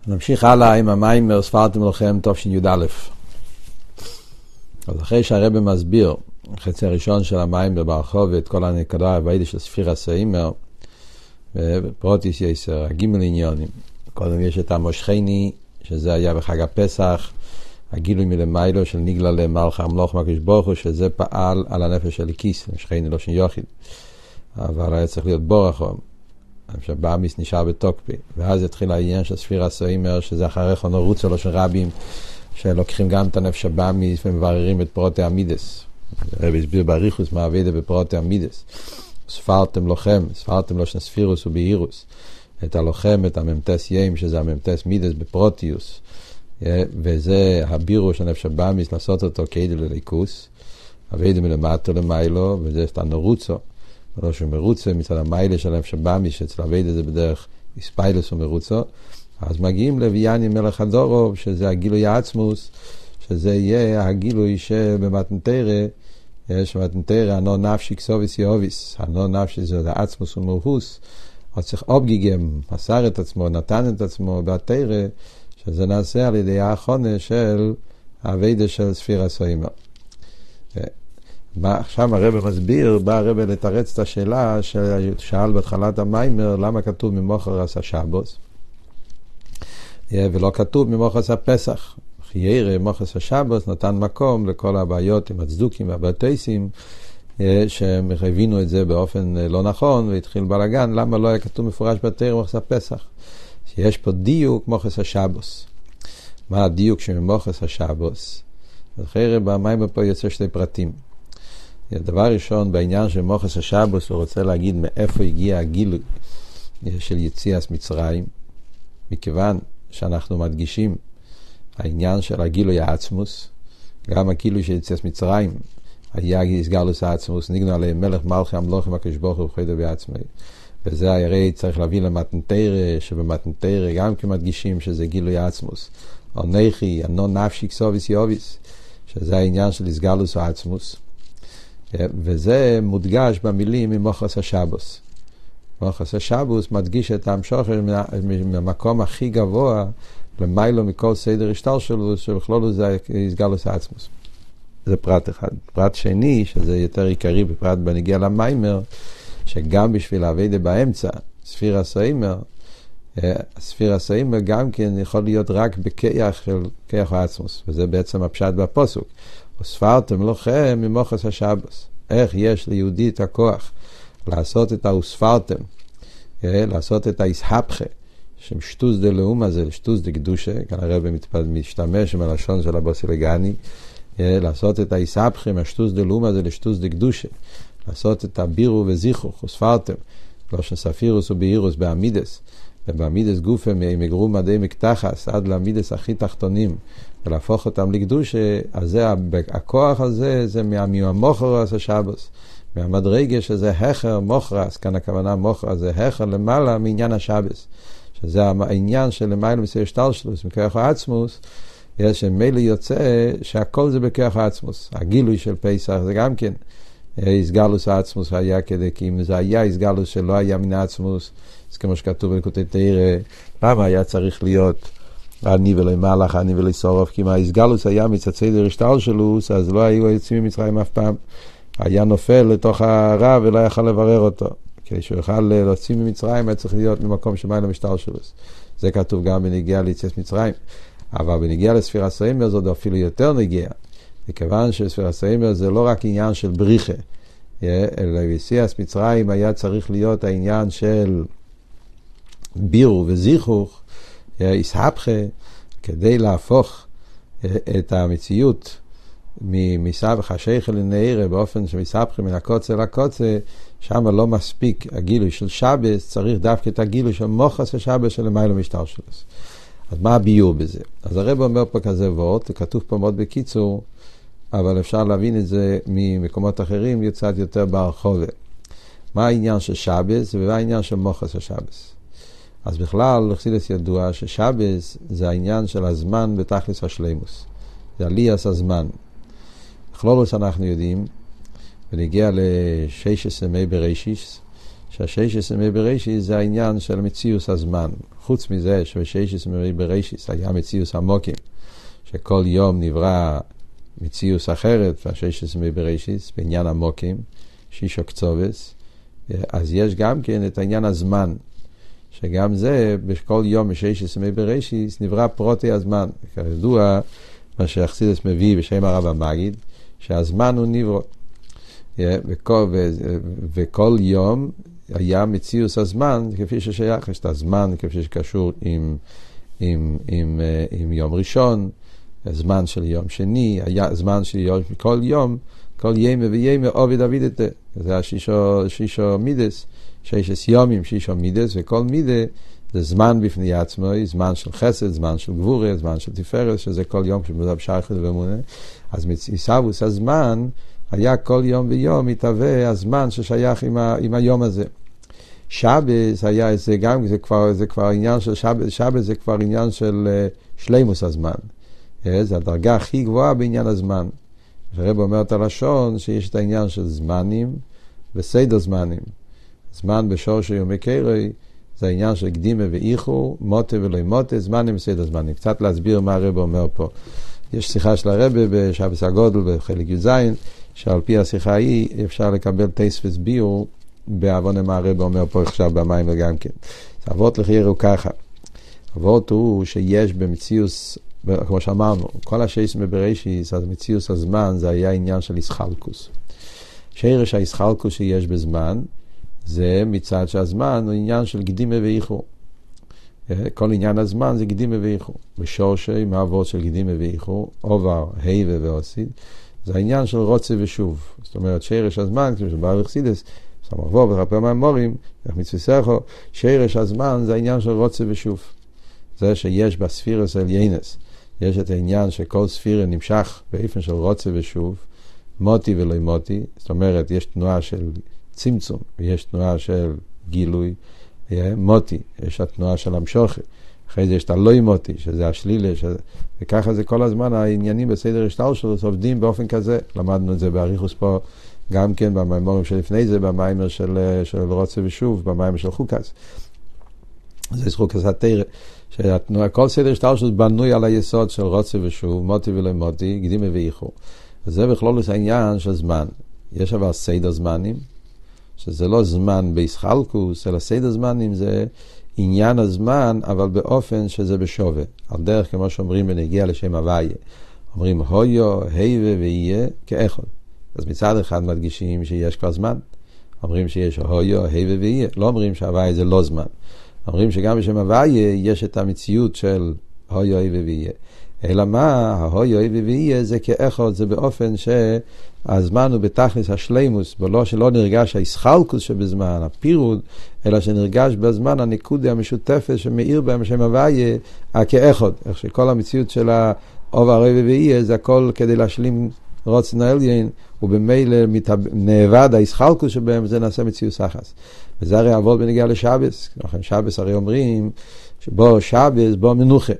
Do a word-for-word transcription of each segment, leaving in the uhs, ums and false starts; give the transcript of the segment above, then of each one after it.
נמשיך הלאה עם המיימר ספרתם לכם תש"י. אז אחרי שהרבא מסביר חצי הראשון של המיימר ברחוב את כל הנקודה הוואידה של ספירס האימר ופרוטיס יסר, הגימל עניונים. קודם יש את המושכני, שזה היה בחג הפסח, הגילוי מלמיילו של ניגלה למלך המלוך מקדוש ברוך הוא, שזה פעל על הנפש של כיס, משכני לא של יחיד, אבל היה צריך להיות בורחו, שבאמיס נשאר בתוקפי, ואז התחיל העניין של ספירס האימר, שזה אחרי חונרות שלו של רבים, שלוקחים גם את הנפש הבאמיס ומבררים את פרוטי המידס. הרב הסביר בריחוס מה עבדה בפרוטי המידס. ספרתם לוחם, ספרתם לו שנספירוס ובאירוס, את הלוחם, את הממתס יים, שזה הממתס מידס בפרוטיוס, וזה הבירו של הנפש הבאמיס, לעשות אותו כעידל לליכוס, עבדה מלמטו למיילו, וזה את הנורוצו, ולא שהוא מרוצה מצד המיילה של הנפש הבאמיס, שאצל עבדה זה בדרך איספיילוס ומרוצו, אז מגיעים לוויאני מלך הדורוב, שזה הגילוי העצמוס, שזה יהיה הגילוי שבמתנתרא, שבמתנתרא הנו נפשי כסוביס יאוביס, הנו נפשי זה העצמוס ומורהוס, אז צריך אובגיגם, מסר את עצמו, נתן את עצמו בתרא, שזה נעשה על ידי האחרונה של הווידה של ספירס האימר. עכשיו הרב מסביר, בא הרב לתרץ את השאלה ששאל בהתחלת המיימר, למה כתוב ממוחר עשה שבוס? ולא כתוב ממוחס הפסח. חיירה מוחס השבוס נתן מקום לכל הבעיות עם הצדוקים והבטייסים, שהם הבינו את זה באופן לא נכון והתחיל בלגן. למה לא היה כתוב מפורש בתורה מוחס הפסח? שיש פה דיוק מוחס השבוס. מה הדיוק שממוחס השבוס? חיירה במים פה יוצא שתי פרטים. דבר ראשון, בעניין של מוחס השבוס הוא רוצה להגיד מאיפה הגיע הגילוי של יציאת מצרים, מכיוון שאנחנו מדגישים העניין של הגילוי העצמוס, גם הגילוי של יציאת מצרים היה הסגלוס העצמוס, ניגנו עליהם מלך מלכי המלוכים הקדוש ברוך הוא וחיידו בעצמי, וזה הרי צריך להביא למתנתרא, שבמתנתרא גם כמדגישים שזה גילוי העצמוס, אנכי אנו נפשי כסוביס יאוביס, שזה העניין של הסגלוס העצמוס, וזה מודגש במילים ממוחס השבוס. מוחס השבוס מדגיש את המשוך מהמקום הכי גבוה למיילו מכל סדר השטר שלו, שבכלולו זה הסגלוס העצמוס. זה פרט אחד. פרט שני, שזה יותר עיקרי בפרט בנגיע למיימר, שגם בשביל העבודה באמצע, ספירס האימר, ספירס האימר גם כן יכול להיות רק בכיח של כיח העצמוס, וזה בעצם הפשט בפסוק. וספרתם לכם ממוחס השבוס. איך יש ליהודי את הכוח לעשות את האוספרתם, לעשות את האיסהפכה, ששטוס דה לאום הזה, שטוס דה קדושה, כאן הרב משתמש עם הלשון של הבוסילגני, לעשות את האיסהפכה מהשטוס דה לאום הזה לשטוס דה קדושה, לעשות את הבירו וזיכוך, אוספרתם, לא שספירוס ובאירוס בעמידס, ובעמידס גופה מגרו מדי מקתחס עד לעמידס הכי תחתונים, ולהפוך אותם לקדושה, אז זה, הכוח הזה, זה מהמוחרס השבוס, מהמדרגה שזה החר מוחרס, כאן הכוונה מוחרס, זה החר למעלה מעניין השבס, שזה העניין של למעלה מסיר שטלשלוס, מכוח העצמוס, יש מילא יוצא שהכל זה בכוח העצמוס. הגילוי של פסח זה גם כן, הסגלוס העצמוס היה כדי, כי אם זה היה הסגלוס שלא היה מן העצמוס, אז כמו שכתוב בליקוטי תורה, למה היה צריך להיות אני ולא מלאך, אני ולא סורף, כי אם ההסגלוס היה מצד סדר השטלשלוס, אז לא היו יוצאים ממצרים אף פעם. היה נופל לתוך הרע ולא יכל לברר אותו. כשהוא יכל להוציא ממצרים, היה צריך להיות ממקום שמיים למשטר שלו. זה כתוב גם בנגיע ליציאת מצרים. אבל בנגיע לספירס האימר זה עוד אפילו יותר נגיע. מכיוון שספירס האימר זה לא רק עניין של בריחה, אלא ביציאת מצרים היה צריך להיות העניין של בירו וזיכוך, איסהפכה, כדי להפוך את המציאות מסבך השייך לנעירה באופן שמסבך מן הקוצה לקוצה, שם לא מספיק הגילוי של שבס, צריך דווקא את הגילוי של מוחס השבס של למיילו משטר שלו. אז מה הביור בזה? אז הרב אומר פה כזה וורט, כתוב פה מאוד בקיצור, אבל אפשר להבין את זה ממקומות אחרים יוצאת יותר ברחובה. מה העניין של שבס ומה העניין של מוחס השבס? אז בכלל לחסידות ידוע ששבס זה העניין של הזמן בתכלס השלימוס, זה עליית הזמן. בכלולוס אנחנו יודעים, ונגיע ל-שש עשרה מי בראשיס, שהשש עשרה ימי בראשיס זה העניין של מציאוס הזמן. חוץ מזה שבשש עשרה ימי בראשיס היה מציאוס עמוקים, שכל יום נברא מציאוס אחרת, והשש עשרה ימי בראשיס, בעניין עמוקים, שישו קצובס, אז יש גם כן את העניין הזמן, שגם זה, בכל יום בשש עשרה ימי בראשיס, נברא פרוטי הזמן. כידוע, מה שאחסידס מביא בשם הרב המגיד, שהזמן הוא נברא. וכל, ו, וכל יום היה מציאוס הזמן כפי ששייך, יש את הזמן כפי שקשור עם, עם, עם, עם יום ראשון, הזמן של יום שני, היה זמן של יום, כל יום, כל ימי וימי עובד עבידתה, זה השישו, שישו מידס, ששת יומים שישו מידס, וכל מידה זה זמן בפני עצמו, זמן של חסד, זמן של גבורה, זמן של תפארת, שזה כל יום כשמודע בשייכות ואמונה. אז מציסבוס הזמן היה כל יום ויום מתהווה הזמן ששייך עם, ה, עם היום הזה. שבס היה זה גם, זה כבר, זה כבר עניין של שבס, שבס זה כבר עניין של שלימוס הזמן. זה הדרגה הכי גבוהה בעניין הזמן. הרב אומר את הלשון שיש את העניין של זמנים וסדר זמנים. זמן בשורש יומי קרי זה העניין של קדימה ואיחור, מוטה ולא מוטה, זמנים וסדר זמנים. קצת להסביר מה הרב אומר פה. יש שיחה של הרב בשבס הגודל בחלק י"ז, שעל פי השיחה ההיא אפשר לקבל טייס ביור בעוון מה הרב אומר פה עכשיו במים וגם כן. אבות לחיירו ככה. אבות הוא שיש במציאוס, כמו שאמרנו, כל השש מבראשיס, אז מציאוס הזמן זה היה עניין של ישחלקוס. שרש הישחלקוס שיש בזמן, זה מצד שהזמן הוא עניין של קדימה ואיחור. כל עניין הזמן זה קדימה ואיחור. בשורשי מעבוד של קדימה ואיחור, עובר, היבה ועוסיד, זה העניין של רוצה ושוב. זאת אומרת, שרש הזמן, כמו שבערך סידס, סמרבו וחפר מהמורים, איך מצווה שרש הזמן זה העניין של רוצה ושוב. זה שיש בספירס העליינס, יש את העניין שכל ספירה נמשך באופן של רוצה ושוב, מוטי ולא מוטי, זאת אומרת, יש תנועה של צמצום, ויש תנועה של גילוי, מוטי, יש התנועה של המשוכת, אחרי זה יש את הלא מוטי, שזה השלילה, שזה... וככה זה כל הזמן, העניינים בסדר השטר שלו עובדים באופן כזה, למדנו את זה באריכוס פה, גם כן במיימורים שלפני זה, במיימר של, של רוצה ושוב, במיימר של חוקס. זה חוקס התרא, שהתנועה, כל סדר השטר שלו בנוי על היסוד של רוצה ושוב, מוטי ולא מוטי, קדימה ואיחור. זה בכלול העניין של זמן. יש אבל סדר זמנים, שזה לא זמן בישחלקוס, אלא סדר זמנים זה עניין הזמן, אבל באופן שזה בשווה. על דרך כמו שאומרים בנגיע לשם הוויה. אומרים הויו, היבה ויהיה כאחד. אז מצד אחד מדגישים שיש כבר זמן. אומרים שיש הויו, היבה ויהיה. לא אומרים שההוויה זה לא זמן. אומרים שגם בשם הוויה יש את המציאות של הויו, היבה ויהיה. אלא מה, ההויו, היבה ויהיה זה כאחד, זה באופן שהזמן הוא בתכלס השלימוס, בלא שלא נרגש הישחלקוס שבזמן, הפירוד, אלא שנרגש בזמן הנקודה המשותפת שמאיר בהם בשם הוויה, כאחד. איך שכל המציאות של העובר היבה ויהיה, זה הכל כדי להשלים רוצן העליין, ובמילא נאבד הישחלקוס שבהם, זה נעשה מציאות סחס. וזה הרי עבוד בנגיע לשבס. לכן שבס הרי אומרים, שבו שבס, בו מנוחה.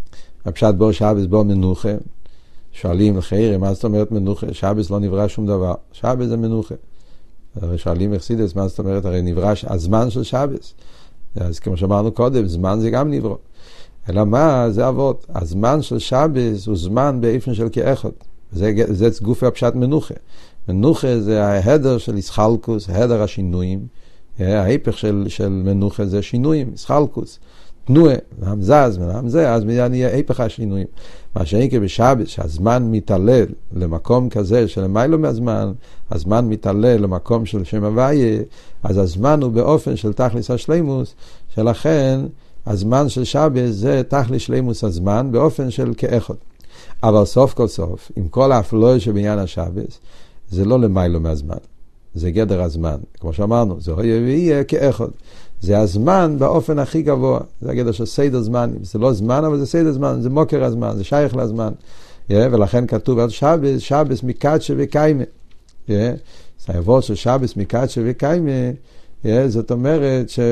הפשט בו שבס בו מנוחה, שואלים לחיירה, מה זאת אומרת מנוחה? שבס לא נברא שום דבר, שבס זה מנוחה. הרי שואלים אכסידס, מה זאת אומרת? הרי נברא הזמן של שבס. אז כמו שאמרנו קודם, זמן זה גם נברא. אלא מה? זה אבות. הזמן של שבס הוא זמן באופן של כאחד. זה, זה גוף הפשט מנוחה. מנוחה זה ההדר של ישחלקוס, ההדר השינויים. ההיפך של, של מנוחה זה שינויים, ישחלקוס. תנועה, המזז והמזה, אז מיד נהיה היפך השינויים. מה שאינקה בשבס, שהזמן מתעלה למקום כזה שלמיילו מהזמן, הזמן מתעלה למקום של שם הוויה, אז הזמן הוא באופן של תכליס השלימוס, שלכן הזמן של שבס זה תכליס שלימוס הזמן, באופן של כאחד. אבל סוף כל סוף, עם כל האפלוי שבעניין השבס, זה לא למיילו מהזמן, זה גדר הזמן. כמו שאמרנו, זה יהיה כאחד. זה הזמן באופן הכי גבוה, זה הגדר של סדר זמנים, זה לא זמן אבל זה סדר זמן, זה מוקר הזמן, זה שייך לזמן, ולכן כתוב על שבס, שבס מקדשה וקיימה, זה העבוד של שבס מקדשה וקיימה, זאת אומרת ש,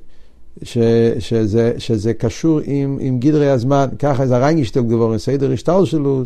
ש, שזה, שזה קשור עם, עם גדרי הזמן, ככה זה הרנגישטל גבור, סדר השטל שלו,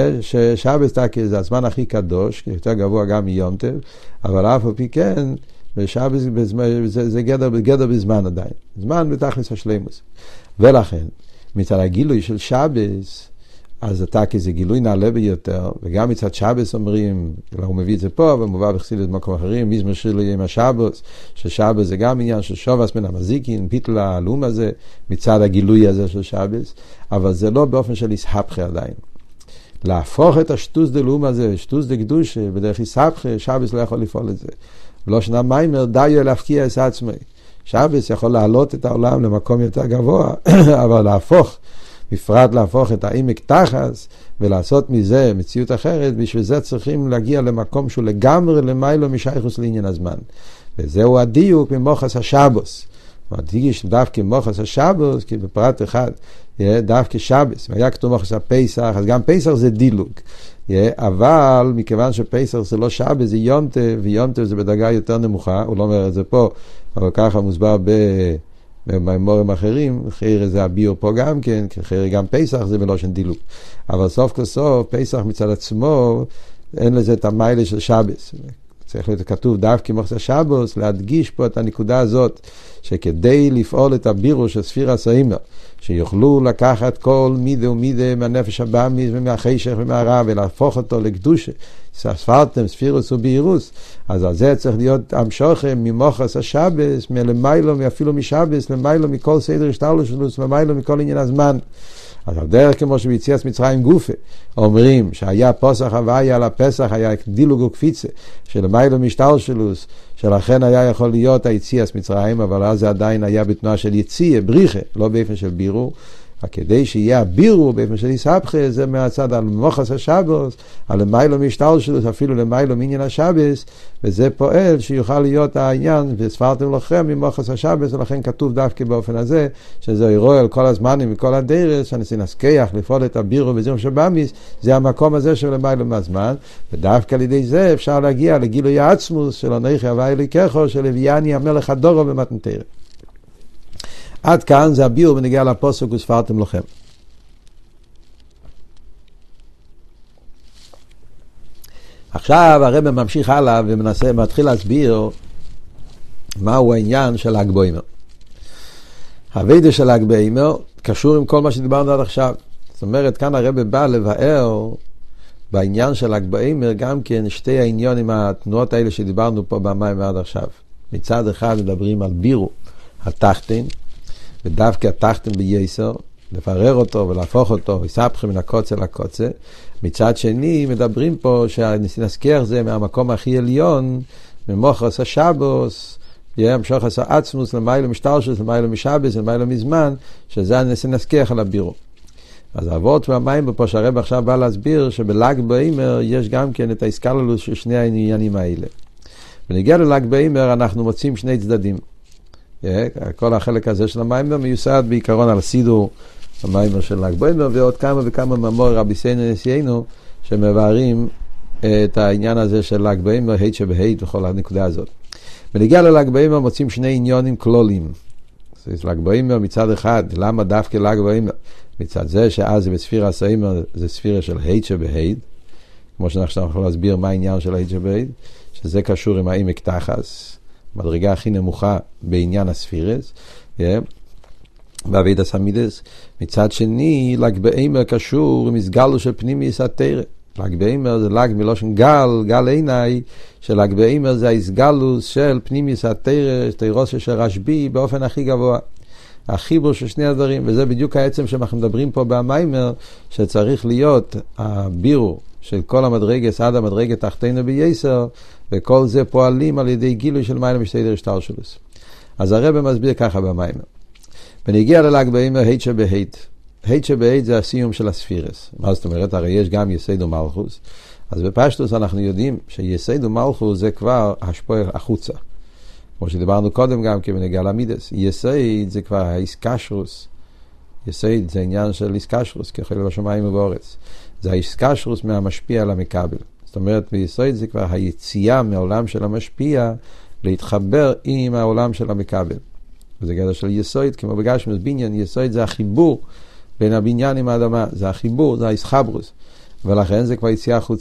ששבס תקי זה הזמן הכי קדוש, יותר גבוה גם מיום טב, אבל אף על פי כן, ושבס זה, זה גדר, גדר בזמן עדיין. זמן בתכלס השלימוס. ולכן, מצד הגילוי של שבס, אז אתה כזה גילוי נעלה ביותר, וגם מצד שבס אומרים, הוא מביא את זה פה, אבל מובא בחסידות במקום אחרים, מזמור שיר ליום השבס, ששבס זה גם עניין של שובס מן המזיקין, ביטל הלאום הזה, מצד הגילוי הזה של שבס, אבל זה לא באופן של יסהפכה עדיין. להפוך את השטוס דלאום הזה, שטוס דקדוש, בדרך יסהפכה, שבס לא יכול לפעול את זה. לא שנה מיימר, דיו להפקיע את עצמי. שבס יכול להעלות את העולם למקום יותר גבוה, אבל להפוך, בפרט להפוך את העמק תחס ולעשות מזה מציאות אחרת, בשביל זה צריכים להגיע למקום שהוא לגמרי למיילו משייכוס לעניין הזמן. וזהו הדיוק ממוחס השבוס. הדגיש דווקא מוחס השבוס, כי בפרט אחד דווקא שבס, והיה כתוב מוחס הפסח, אז גם פסח זה דילוג. אבל מכיוון שפסח זה לא שבס, זה יונטה, ויונטה זה בדרגה יותר נמוכה, הוא לא אומר את זה פה, אבל ככה מוסבר ב... במאמרים אחרים, חייר זה הביור פה גם כן, חייר גם פסח זה בלושן דילוג. אבל סוף כל סוף, פסח מצד עצמו, אין לזה את המיילה של שבס. צריך להיות כתוב דווקא מוחס השבוס, להדגיש פה את הנקודה הזאת, שכדי לפעול את הבירו של ספיר הסעימר, שיוכלו לקחת כל מידה ומידה מהנפש הבאמיס ומהחשך ומהרע, ולהפוך אותו לקדושה, ספרתם ספירוס ובירוס, אז על זה צריך להיות המשוכם ממוחס השבס, מלמיילו, אפילו משבס, למיילו מכל סדר השתלו שלו, למיילו מכל עניין הזמן. אז על דרך כמו שביציאת מצרים גופה, אומרים שהיה פוסח הוויה על הפסח, היה דילוג וקפיצה, שלמיילו משתל שלוס, שלכן היה יכול להיות היציאת מצרים, אבל אז זה עדיין היה בתנועה של יציאה, בריחה, לא באופן של בירור, כדי שיהיה הבירו באופן של יסהפכה, זה מהצד על מוחס השבוס, על למיילו משתל שלוס, אפילו למיילו מעניין השבס, וזה פועל שיוכל להיות העניין, וספרתם לכם ממוחס השבס, ולכן כתוב דווקא באופן הזה, שזה אירוע על כל הזמנים וכל הדרס, שאני נסכח לפעול את הבירו בזירום שבאמיס, זה המקום הזה של למיילו מהזמן, ודווקא על ידי זה אפשר להגיע לגילוי העצמוס של אנכי הווי אלוהיכו, של לוויאני המלך הדורו במתנתרא. עד כאן זה הביור בנגיע לפסוק וספרתם לכם. עכשיו הרב ממשיך הלאה ומנסה, מתחיל להסביר מהו העניין של ל"ג בעומר. הווידה של ל"ג בעומר קשור עם כל מה שדיברנו עד עכשיו. זאת אומרת, כאן הרב בא לבאר בעניין של ל"ג בעומר גם כן שתי העניונים, התנועות האלה שדיברנו פה במים עד עכשיו. מצד אחד מדברים על בירו התחתן, ודווקא התחתן בייסר, לפרר אותו ולהפוך אותו, יסהפכה מן הקוצה לקוצה. מצד שני מדברים פה שנסכח זה מהמקום הכי עליון, ממוחס השבוס, המשוחס העצמוס, למיילו משתלשלוס, למיילו משבס, למיילו מזמן, שזה נסכח על הבירו. אז האבות והמים פה שהרב עכשיו בא להסביר שבל"ג בעומר יש גם כן את ההסקללוס של שני העניינים האלה. ונגיע לל"ג בעומר אנחנו מוצאים שני צדדים. כל החלק הזה של המיימר מיוסד בעיקרון על סידור המיימר של ל"ג בעומר, ועוד כמה וכמה מאמרי רבי סיינו נשיאנו שמבארים את העניין הזה של ל"ג בעומר, ה' שבה' וכל הנקודה הזאת. ונגיע לל"ג בעומר מוצאים שני עניונים כלולים. ל"ג בעומר מצד אחד, למה דווקא ל"ג בעומר? מצד זה שאז זה בספירה הסעימר, זה ספירה של ה' שבה', כמו שאנחנו יכולים להסביר מה העניין של ה' שבה', שזה קשור עם העמק תחס, מדרגה הכי נמוכה בעניין הספירס, בעבודת המידס. מצד שני, ל"ג בעומר קשור עם הסגלו של פנימיוס התורה. ל"ג בעומר זה ל"ג מלושן גל, גל עיני, של"ג בעומר זה ההסגלוס של פנימיוס התורה, תורו של רשב"י באופן הכי גבוה. החיבור של שני הדברים, וזה בדיוק העצם שאנחנו מדברים פה במיימר, שצריך להיות הבירו של כל המדרגת עד המדרגת תחתינו בייסר, וכל זה פועלים על ידי גילוי של מיילו משתדר השתלשלוס. אז הרב מסביר ככה במיימר. ונגיע לל"ג בעומר ה' שבה'. ה' שבה' זה הסיום של הספירס. מה זאת אומרת? הרי יש גם יסוד ומלכוס. אז בפשטוס אנחנו יודעים שיסוד ומלכוס זה כבר השפוע החוצה. כמו שדיברנו קודם גם כבנגיע למידס. יסוד זה כבר האיסקשרוס. יסוד זה עניין של איסקשרוס, כחל בשמיים ובארץ. זה האיסקשרוס מהמשפיע למקבל. זאת אומרת, ביסוד זה כבר היציאה מהעולם של המשפיע להתחבר עם העולם של המקבל. וזה גדר של יסוד, כמו בגשמוס בניין, יסוד זה החיבור בין הבניין עם האדמה, זה החיבור, זה האיסחברוס. ולכן זה כבר יציאה החוצה.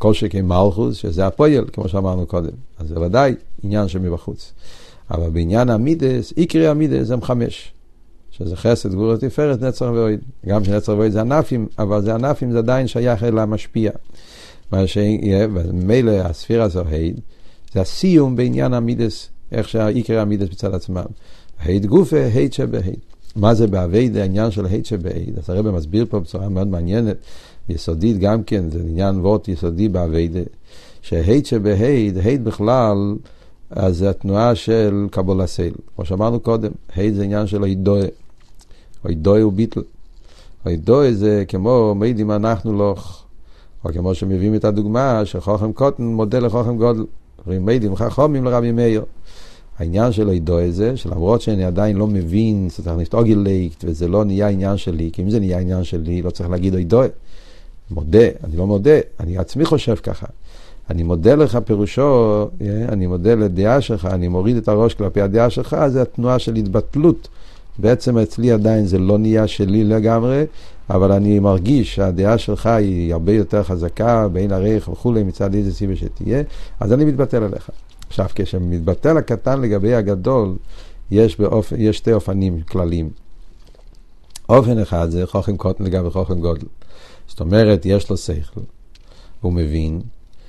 כל שכן מלכוס, שזה הפועל, כמו שאמרנו קודם. אז זה ודאי עניין שמבחוץ. אבל בעניין המידס, עיקרי המידס הם חמש. שזה חסד, גבורה, תפארת, נצח ואוהד. גם שנצח ואוהד זה ענפים, אבל זה ענפים, זה עדיין שייך אל המשפיע. מה שיהיה, ומילא הספירה זה אוהד, זה הסיום בעניין המידס, איך שהעיקרי המידס בצד עצמם. הד גופה, הד שבהד. מה זה בעבד, העניין של הד שבהד? אז הרב מסביר פה בצורה מאוד מעניינת, יסודית גם כן, זה עניין וורט יסודי בעבד, שהד שבהד, הד בכלל, אז זה התנועה של קבול הסייל. כמו שאמרנו קודם, הד זה עניין של הידועה. הידועה הוא ביטל. הידועה זה כמו מידים אנחנו לוך, או כמו שמביאים את הדוגמה, שחוכם קוטן מודל לחוכם גודל. מידים חכמים לרבי מאיר. העניין של הידועה זה, שלמרות שאני עדיין לא מבין, צריך לפתור גילקט, וזה לא נהיה עניין שלי, כי אם זה נהיה עניין שלי, לא צריך להגיד הידועה. מודה, אני לא מודה, אני עצמי חושב ככה. אני מודה לך פירושו, אני מודה לדעה שלך, אני מוריד את הראש כלפי הדעה שלך, זה התנועה של התבטלות. בעצם אצלי עדיין זה לא נהיה שלי לגמרי, אבל אני מרגיש שהדעה שלך היא הרבה יותר חזקה, בין ערך וכו' מצד איזה סיבה שתהיה, אז אני מתבטל עליך. עכשיו, כשמתבטל הקטן לגבי הגדול, יש, באופן, יש שתי אופנים כלליים. אופן אחד זה חוכם קוטן לגבי חוכם גודל. זאת אומרת, יש לו שכל, הוא מבין,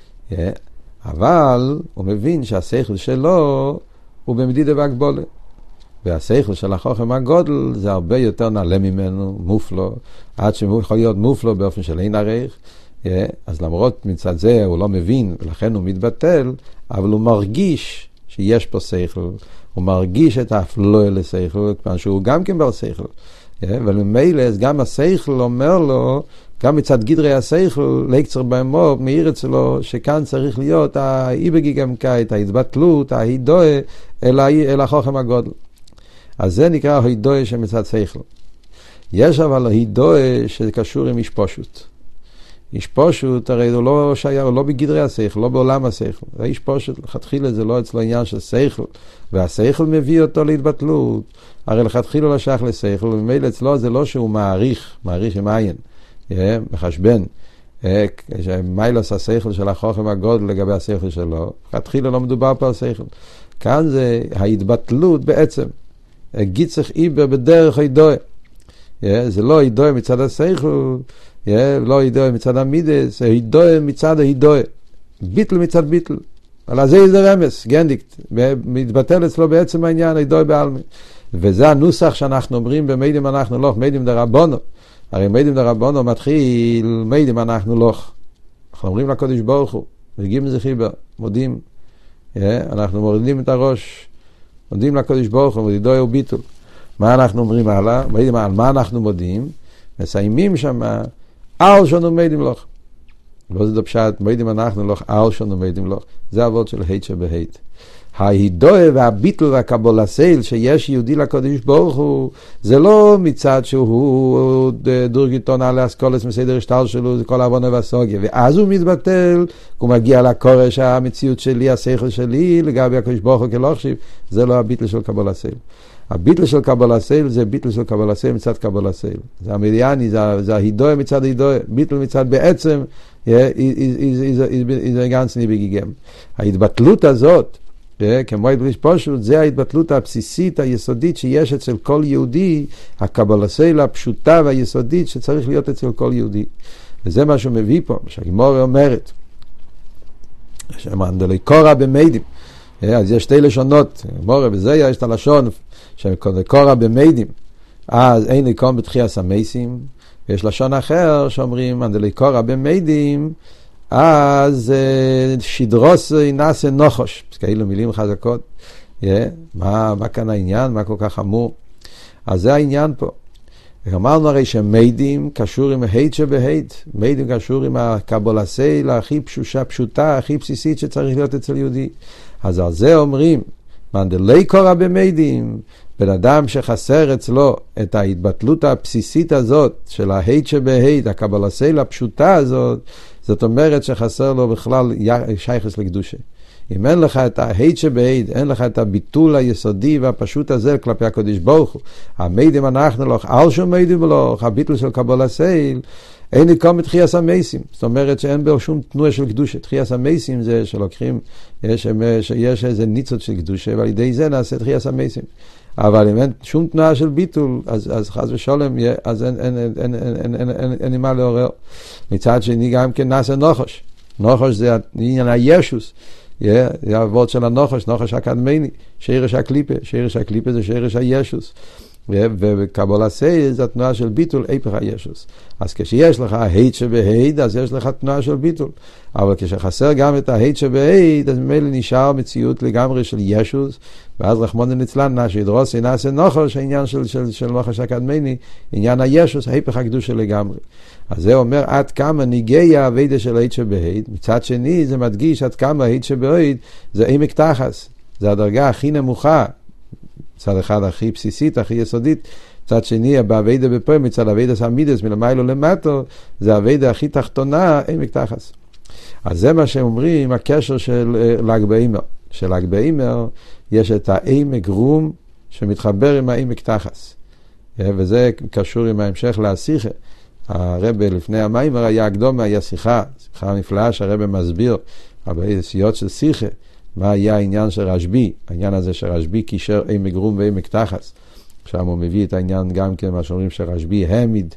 אבל הוא מבין שהשכל שלו הוא במדידה והגבולה. והשכל של החוכם הגודל זה הרבה יותר נעלה ממנו, מופלו, עד שהוא יכול להיות מופלו באופן של אין ערך. אז למרות מצד זה הוא לא מבין, ולכן הוא מתבטל, אבל הוא מרגיש שיש פה שכל, הוא מרגיש את האפלואה לשכל, כיוון שהוא גם כן בר שכל. ולמילא גם השכל אומר לו, גם מצד גדרי השכל, לקצר באמור, מאיר אצלו, שכאן צריך להיות האיבגיגמקאית, ההתבטלות, ההידועה, אל החוכם הגודל. אז זה נקרא ההידועה שמצד שכל. יש אבל ההידועה שקשור עם איש פשוט. איש פשוט, הרי הוא לא שייך, הוא לא בגדרי השכל, לא בעולם השכל. האיש פשוט, לכתחילה זה לא אצלו עניין של שכל, והשכל מביא אותו להתבטלות. הרי לכתחילה לא שייך לשכל, ומילא אצלו זה לא שהוא מעריך, מעריך עם עין, מחשבן, מיילוס השכל של החוכם הגודל לגבי השכל שלו. לכתחילה לא מדובר פה על שכל. כאן זה ההתבטלות בעצם. גיצח איבר בדרך הידועה. זה לא הידועה מצד השכל, לא הידועה מצד המידס, הידועה מצד הידועה. ביטל מצד ביטל. על זה זה רמס, גנדיקט. מתבטל אצלו בעצם העניין, הידועה בעלמי. וזה הנוסח שאנחנו אומרים במיידים אנחנו לוך, מיידים דרבונו. הרי מיידים דרבונו מתחיל, מיידים אנחנו לוך. אנחנו אומרים לקודש ברוך הוא, מגיעים לזה חיבר, מודים. אנחנו מורידים את הראש, מודים לקודש ברוך הוא, מודידוי וביטול. מה אנחנו אומרים הלאה? מיידים על מה אנחנו מודים? מסיימים שם, אל שונו מיידים לוך. לא זה דפשט, מיידים אנחנו לוך, אל שונו מיידים לוך. זה עבוד של הית שבהית. ההידועה והביטל והקבול הסייל שיש יהודי לקודש ברוך הוא, זה לא מצד שהוא דורגיטון על האסכולס מסדר השטל שלו, זה כל העוונה והסוגיה, ואז הוא מתבטל, הוא מגיע לקורש המציאות שלי, השכל שלי, לגבי הקודש ברוך הוא כלא חשיב, זה לא הביטל של קבול הסייל. הביטל של קבול הסייל זה ביטל של קבול הסייל מצד קבול הסייל. זה המדיאני, זה, זה ההידועה מצד הידועה, ביטל מצד בעצם, זה גנצני בגיגם. ההתבטלות הזאת, כמו ההתבטלות פשוט, זה ההתבטלות הבסיסית, היסודית שיש אצל כל יהודי, הקבול הסייל הפשוטה והיסודית שצריך להיות אצל כל יהודי. וזה מה שהוא מביא פה, שהגמרא אומרת, שמנדלי קורא במיידים, אז יש שתי לשונות, גמרא בזה יש את הלשון, שקורא במיידים, אז אין לקום בתחייס המייסים, ויש לשון אחר שאומרים, מנדלי קורא במיידים, אז שדרוס נעשה נוחוש, כאלו מילים חזקות, מה, מה כאן העניין, מה כל כך חמור, אז זה העניין פה. אמרנו הרי שמיידים קשור עם ההית שבהית, מיידים קשור עם הקבול הסייל הכי פשוטה, פשוטה, הכי בסיסית שצריך להיות אצל יהודי. אז על זה אומרים, מנדלי קורא במיידים, בן אדם שחסר אצלו את ההתבטלות הבסיסית הזאת של ההית שבהית, הקבול הסייל הפשוטה הזאת, זאת אומרת שחסר לו בכלל שייכס לקדושה. אם אין לך את ההית שבהית, אין לך את הביטול היסודי והפשוט הזה כלפי הקדוש ברוך הוא, המיידים אנחנו לך, על שום מיידים לך, הביטול של קבלה סייל, אין לקום את תחייס המייסים. זאת אומרת שאין בו שום תנועה של קדושה. תחייס המייסים זה שלוקחים, יש, יש איזה ניצות של קדושה, ועל ידי זה נעשה תחייס המייסים. אבל אם אין שום תנועה של ביטול, אז, אז חס ושלום, אז אין, אין, אין, אין, אין, אין, אין, אין מה לעורר. מצד שני גם כן נעשה נוחש. נוחש זה עניין הישוס. זה העבוד של הנוחש, נוחש הקדמני, שרש הקליפה. שרש הקליפה זה שרש הישוס. ובקבלה סייל זה התנועה של ביטול, היפך הישוס. אז כשיש לך ההית שבהית, אז יש לך תנועה של ביטול. אבל כשחסר גם את ההית שבהית, אז ממילא נשאר מציאות לגמרי של ישוס, ואז רחמנא ליצלן נשי דרוסי נעשה נוחש, העניין של, של, של נוחש הקדמני, עניין הישוס, היפך הקדושה לגמרי. אז זה אומר עד כמה ניגי העבודה של ההית שבהית. מצד שני זה מדגיש עד כמה ההית שבהית זה עמק תחס, זה הדרגה הכי נמוכה, מצד אחד הכי בסיסית, הכי יסודית, מצד שני, בעבודה בפועל, מצד עבודה סמידס, מלמיילו למטו, זה העבודה הכי תחתונה, עמק תחס. אז זה מה שאומרים, הקשר של ל"ג בעומר. של ל"ג בעומר יש את העמק רום שמתחבר עם העמק תחס. וזה קשור עם ההמשך להשיחה. הרב לפני המיימר היה הקדומה, היה שיחה, שיחה נפלאה שהרב מסביר, הבעיות של שיחה, מה היה העניין של רשב"י, העניין הזה שרשב"י קישר עמק רום ועמק תחס. שם הוא מביא את העניין גם כן, מה שאומרים שרשב"י העמיד,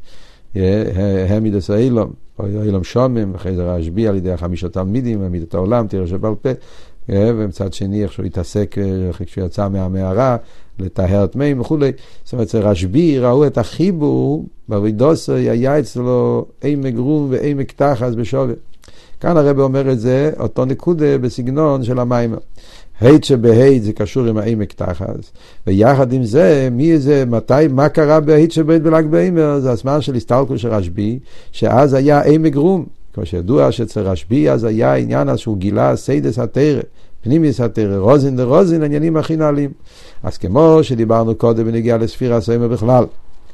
העמיד את האילום, או אילום שומם, אחרי זה רשב"י על ידי החמישות תלמידים, העמיד את העולם, תראה שבעל פה, ומצד שני איך שהוא התעסק, כשהוא יצא מהמערה, לטהר טמאים וכו'. זאת אומרת, רשב"י ראו את החיבור, בעבודתו היה אצלו עמק רום ועמק תחס בשווה. כאן הרב אומר את זה, אותו נקודה בסגנון של המים. הית שבהית זה קשור עם העמק תחס, ויחד עם זה, מי זה, מתי, מה קרה בהית שבהית בל"ג בעומר? זה הזמן של הסתלקות של רשב"י, שאז היה עמק רום. כמו שידוע שאצל רשב"י אז היה עניין אז שהוא גילה סיידס התרא, פנימיס התרא, רוזין דרוזין, עניינים הכי נעלים. אז כמו שדיברנו קודם בנגיעה לספיר הסיימר בכלל,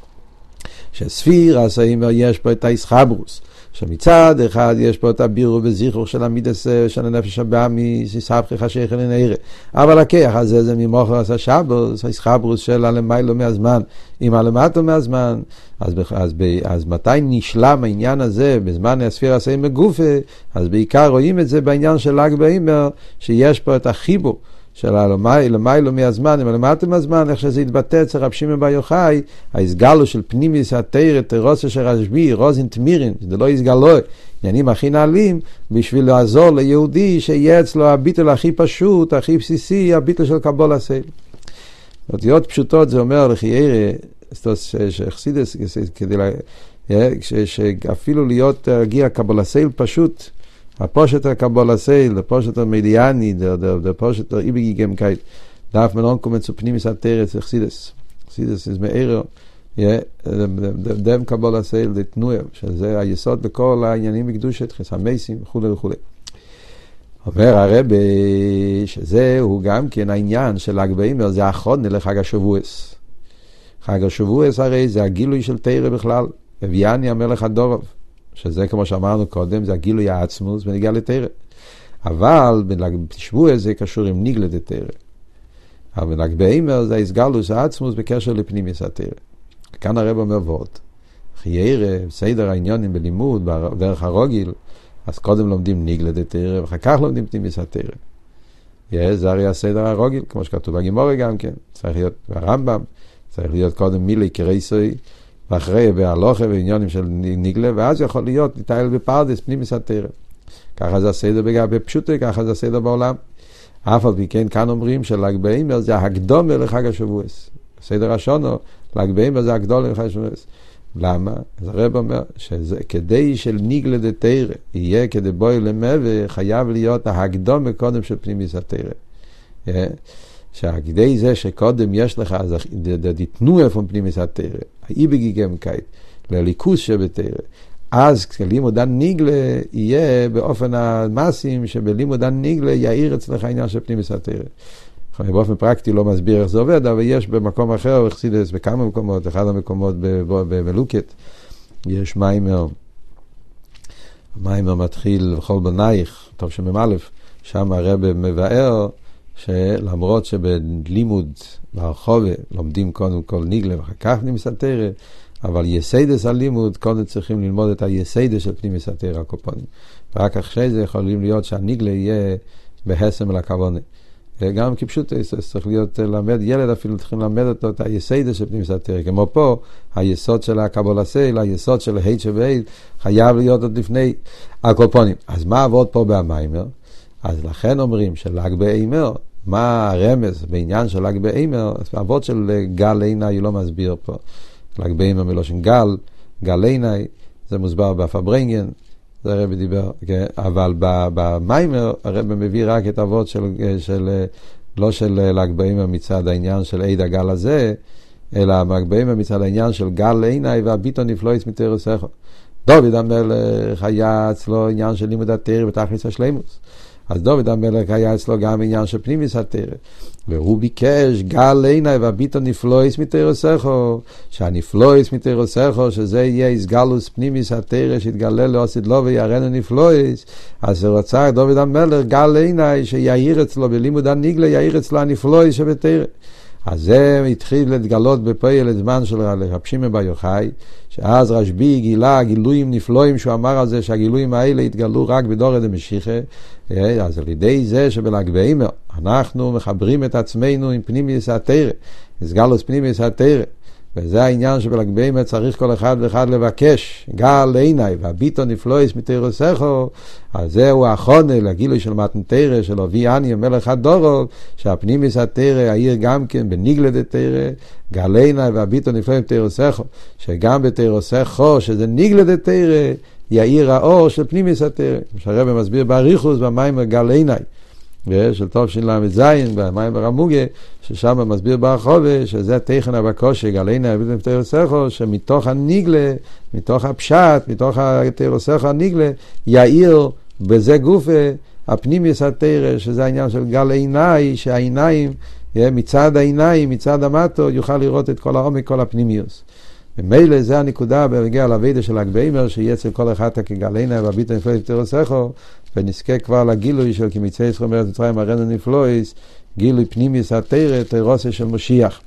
שספיר הסיימר יש פה את הישחברוס, שמצד אחד יש פה את הבירו וזיכרוך של המידס של הנפש הבאמי, סיסבכי חשיך אל נערה. אבל הכיח הזה זה ממוחר עשה שבוס, הישחברוס של הלמיילו מהזמן, עם הלמטו מהזמן. אז, אז, אז מתי נשלם העניין הזה בזמן הספיר הסיימר גופה? אז בעיקר רואים את זה בעניין של ל"ג בעומר, שיש פה את החיבור של הלמיילו מהזמן, עם הלמטו מהזמן, איך שזה התבטא אצל רב שמעון בר יוחאי, ההסגלו של פנימיס התרא, תרוסה של רשב"י, רוזין תמירין, זה לא הסגלו, עניינים הכי נעלים, בשביל לעזור ליהודי שיהיה אצלו הביטול הכי פשוט, הכי בסיסי, הביטול של קבלה סייל. אותיות פשוטות זה אומר לחיירה, שחסידס, כדי שאפילו להיות הגיע קבלה סייל פשוט, הפושט הקבלה סייל, הפושט המדיאני, הפושט האיבגיגם קייט, דף מנון קומצו פנימיס התרא, חסידס. חסידס is מאירו, דם קבלה סייל, זה תנועה, שזה היסוד בכל העניינים בקדושת, חסמייסים וכו' וכו'. אומר הרב שזה הוא גם כן העניין של ל"ג בעומר, זה החודש לחג השבועס. חג השבועס הרי זה הגילוי של תרא בכלל, הביאני המלך הדורוב, שזה כמו שאמרנו קודם, זה הגילוי העצמוס ונגיע לתרא. אבל בשבועס זה קשור עם ניגלה דתרא. אבל בל"ג בעומר זה הסגלוס העצמוס בקשר לפנימיס התרא. כאן הרב אומר ועוד, חיירה, סדר העניונים בלימוד, דרך הרוגיל, אז קודם לומדים ניגלה דתרא, ואחר כך לומדים פנימיס התרא. זה הרי הסדר הרוגיל, כמו שכתוב בגימורה גם כן, צריך להיות ברמב"ם, צריך להיות קודם מילי קרייסוי, ואחרי בהלוכה ועניונים של ניגלה, ואז יכול להיות ניטייל בפרדס, פנימיס התרא. ככה זה הסדר בפשוטו, ככה זה הסדר בעולם. אף על פי כן כאן אומרים של"ג בעומר זה הקדומה לחג השבועס. הסדר השונו, ל"ג בעומר זה הקדומה לחג השבועס. למה? אז הרב אומר שכדי של ניגלה דתרא יהיה כדי בוי למווה, חייב להיות ההקדומה קודם של פנימיס התרא. שכדי זה שקודם יש לך, אז דתנו איפה פנימיס התרא, האיבגיגם קייט, לליכוס שבתרא. אז כשלימוד ניגלה יהיה באופן המעשים שבלימוד ניגלה יאיר אצלך העניין של פנימיס התרא. באופן פרקטי לא מסביר איך זה עובד, אבל יש במקום אחר, בחסידות, בכמה מקומות, אחד המקומות במלוקת, יש מיימר, מיימר מתחיל וכל בנייך, טוב שמם א', שם הרב מבאר שלמרות שבלימוד ברחוב לומדים קודם כל ניגלה ואחר כך פנימיס התורה, אבל יסיידס הלימוד קודם צריכים ללמוד את היסיידס של פנימיס התורה הקופונים, ורק אחרי זה יכולים להיות שהניגלה יהיה בהסם לכוונה. גם כפשוט צריך להיות למד, ילד אפילו צריכים ללמד אותו את היסיידס של פנימיס התורה, כמו פה היסוד של הקבלה סייל, היסוד של ה' שבה' חייב להיות עוד לפני הקופונים. אז מה עבוד פה במיימר? אז לכן אומרים של"ג בעומר, מה הרמז בעניין של ל"ג בעומר? העבוד של גל עיני לא מסביר פה. ל"ג בעומר מלושן גל, גל עיני, זה מוסבר בפברנגן, זה הרב דיבר, כן? אבל במיימר הרב מביא רק את העבוד של, של, לא של ל"ג בעומר מצד העניין של עד הגל הזה, אלא ל"ג בעומר מצד העניין של גל עיני והביטו נפלויס מתרסך. דוד המלך היה אצלו עניין של לימוד התורה בתכלית השלימות. אז דוד המלך היה אצלו גם עניין של פנימיס התורה, והוא ביקש גל עיני והביטו נפלויס מתרסךו, שהנפלויס מתרסךו, שזה יהיה הסגלוס פנימיס התורה שהתגלה לו עשית לו וירנו נפלויס. אז הוא רצה דוד המלך גל עיני שיעיר אצלו בלימוד הניגלה, יעיר אצלו הנפלויס שבתורה. אז זה התחיל להתגלות בפועל הזמן של רב שמעון בר יוחאי, שאז רשב"י גילה גילויים נפלאים שהוא אמר על זה שהגילויים האלה התגלו רק בדורא דמשיחא. אז על ידי זה שבל"ג בעומר אנחנו מחברים את עצמנו עם פנימיוס התורה, הסגלוס פנימיוס התורה, וזה העניין שבל"ג בעומר צריך כל אחד ואחד לבקש גל עיני והביטו נפלויס מתרסךו. אז זהו החונה לגילוי של מתן תורה של אבי אני מלך הדורות, שהפנימיוס התורה יאיר גם כן בניגלה דתורה, גל עיני והביטו נפלויס מתרסךו, שגם בתרסךו שזה ניגלה דתורה יאיר האור של פנימיוס התורה. שהרב מסביר באריכות במיימר גל עיני של טוב של למד זין במיימר המוגה, ששם מסביר ברחובה שזה תכן הבקושי גל עיני והביטו מתרסךו, שמתוך הניגלה, מתוך הפשט, מתוך התרסךו הניגלה יאיר בזה גופה הפנימיוס התורה, שזה העניין של גל עיני, שהעיניים מצד העיניים, מצד המטו יוכל לראות את כל העומק, כל הפנימיוס. ומילא זה הנקודה ברגע לעבודה של ל"ג בעומר, שיהיה אצל כל אחד כגל עיני והביטו נפלויס מתרסךו, ונזכה כבר לגילוי של כי מצא ישראל מארץ מצרים ירנו נפלויס, גילוי פנימיוס התורה, תירוסה של משיח.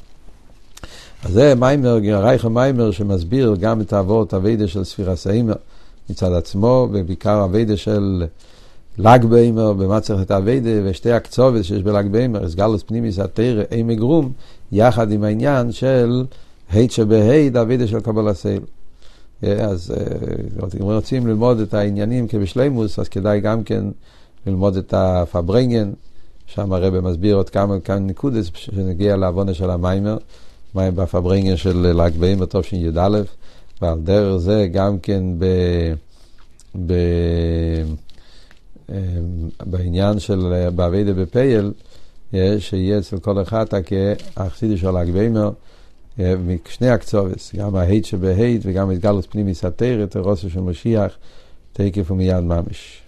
אז זה מיימר, רייך המיימר שמסביר גם את העבוד העבודה של ספירס האימר מצד עצמו, ובעיקר העבודה של ל"ג בעומר, במה צריך את העבודה, ושתי הקצוות שיש בל"ג בעומר, הסגלוס פנימיוס התורה, אי מגרום, יחד עם העניין של ה' שבה' העבודה של קבלה סייל. אז אם רוצים ללמוד את העניינים כבשלימוס, אז כדאי גם כן ללמוד את הפברנגן, שם הרב מסביר עוד כמה, כמה נקודות שנגיע לעוונה של המיימר, מיימר בפברנגן של ל"ג בעומר טוב שי"א, ועל דרך זה גם כן ב, ב, בעניין של בעבודה בפייל, שיהיה אצל כל אחד כהחסידי של ל"ג בעומר, משני הקצובס, גם הה' שבה' וגם התגלוס פנימיוס התורה, תירוסה של משיח, תקף ומיד ממש.